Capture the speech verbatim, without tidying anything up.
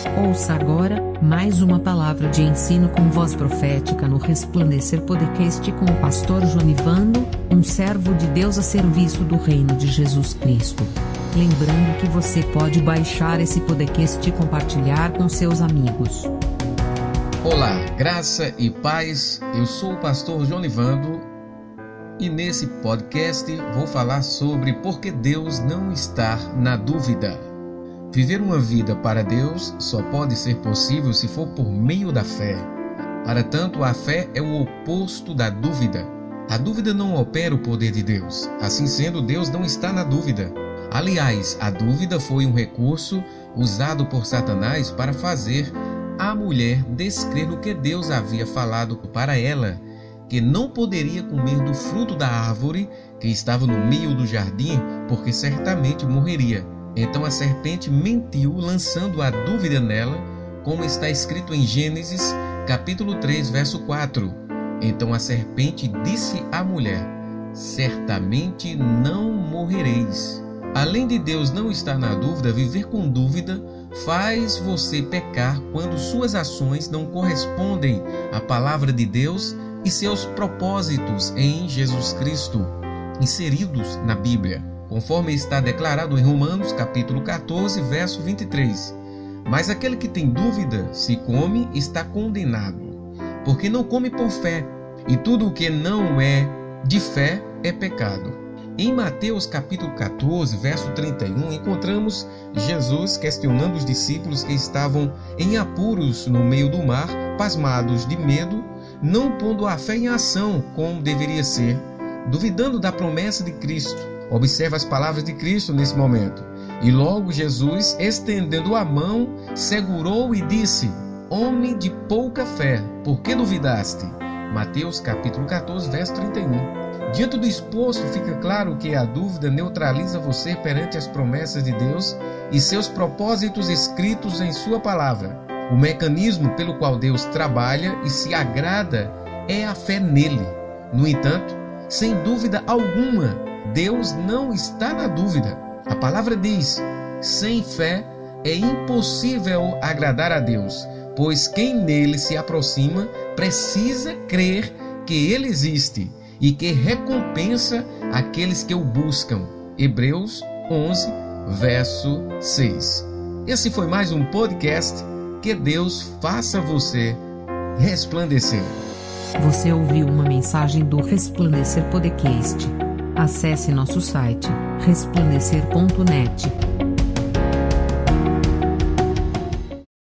Ouça agora mais uma palavra de ensino com voz profética no Resplandecer Podcast com o pastor Jonivando, um servo de Deus a serviço do reino de Jesus Cristo. Lembrando que você pode baixar esse podcast e compartilhar com seus amigos. Olá, graça e paz, eu sou o pastor Jonivando e nesse podcast vou falar sobre por que Deus não está na dúvida. Viver uma vida para Deus só pode ser possível se for por meio da fé. Para tanto, a fé é o oposto da dúvida. A dúvida não opera o poder de Deus. Assim sendo, Deus não está na dúvida. Aliás, a dúvida foi um recurso usado por Satanás para fazer a mulher descrer no que Deus havia falado para ela, que não poderia comer do fruto da árvore que estava no meio do jardim, porque certamente morreria. Então a serpente mentiu, lançando a dúvida nela, como está escrito em Gênesis, capítulo três, verso quatro. Então a serpente disse à mulher: certamente não morrereis. Além de Deus não estar na dúvida, viver com dúvida faz você pecar quando suas ações não correspondem à palavra de Deus e seus propósitos em Jesus Cristo, inseridos na Bíblia, conforme está declarado em Romanos, capítulo quatorze, verso vinte e três. Mas aquele que tem dúvida, se come, está condenado, porque não come por fé, e tudo o que não é de fé é pecado. Em Mateus capítulo quatorze, verso trinta e um, encontramos Jesus questionando os discípulos que estavam em apuros no meio do mar, pasmados de medo, não pondo a fé em ação como deveria ser, duvidando da promessa de Cristo. Observe as palavras de Cristo nesse momento. E logo Jesus, estendendo a mão, segurou e disse: homem de pouca fé, por que duvidaste? Mateus capítulo quatorze, verso trinta e um. Diante do exposto, fica claro que a dúvida neutraliza você perante as promessas de Deus e seus propósitos escritos em sua palavra. O mecanismo pelo qual Deus trabalha e se agrada é a fé nele. No entanto, sem dúvida alguma, Deus não está na dúvida. A palavra diz: sem fé é impossível agradar a Deus, pois quem nele se aproxima precisa crer que ele existe e que recompensa aqueles que o buscam. Hebreus onze, verso seis. Esse foi mais um podcast. Que Deus faça você resplandecer. Você ouviu uma mensagem do Resplandecer Podcast. Acesse nosso site resplandecer ponto net.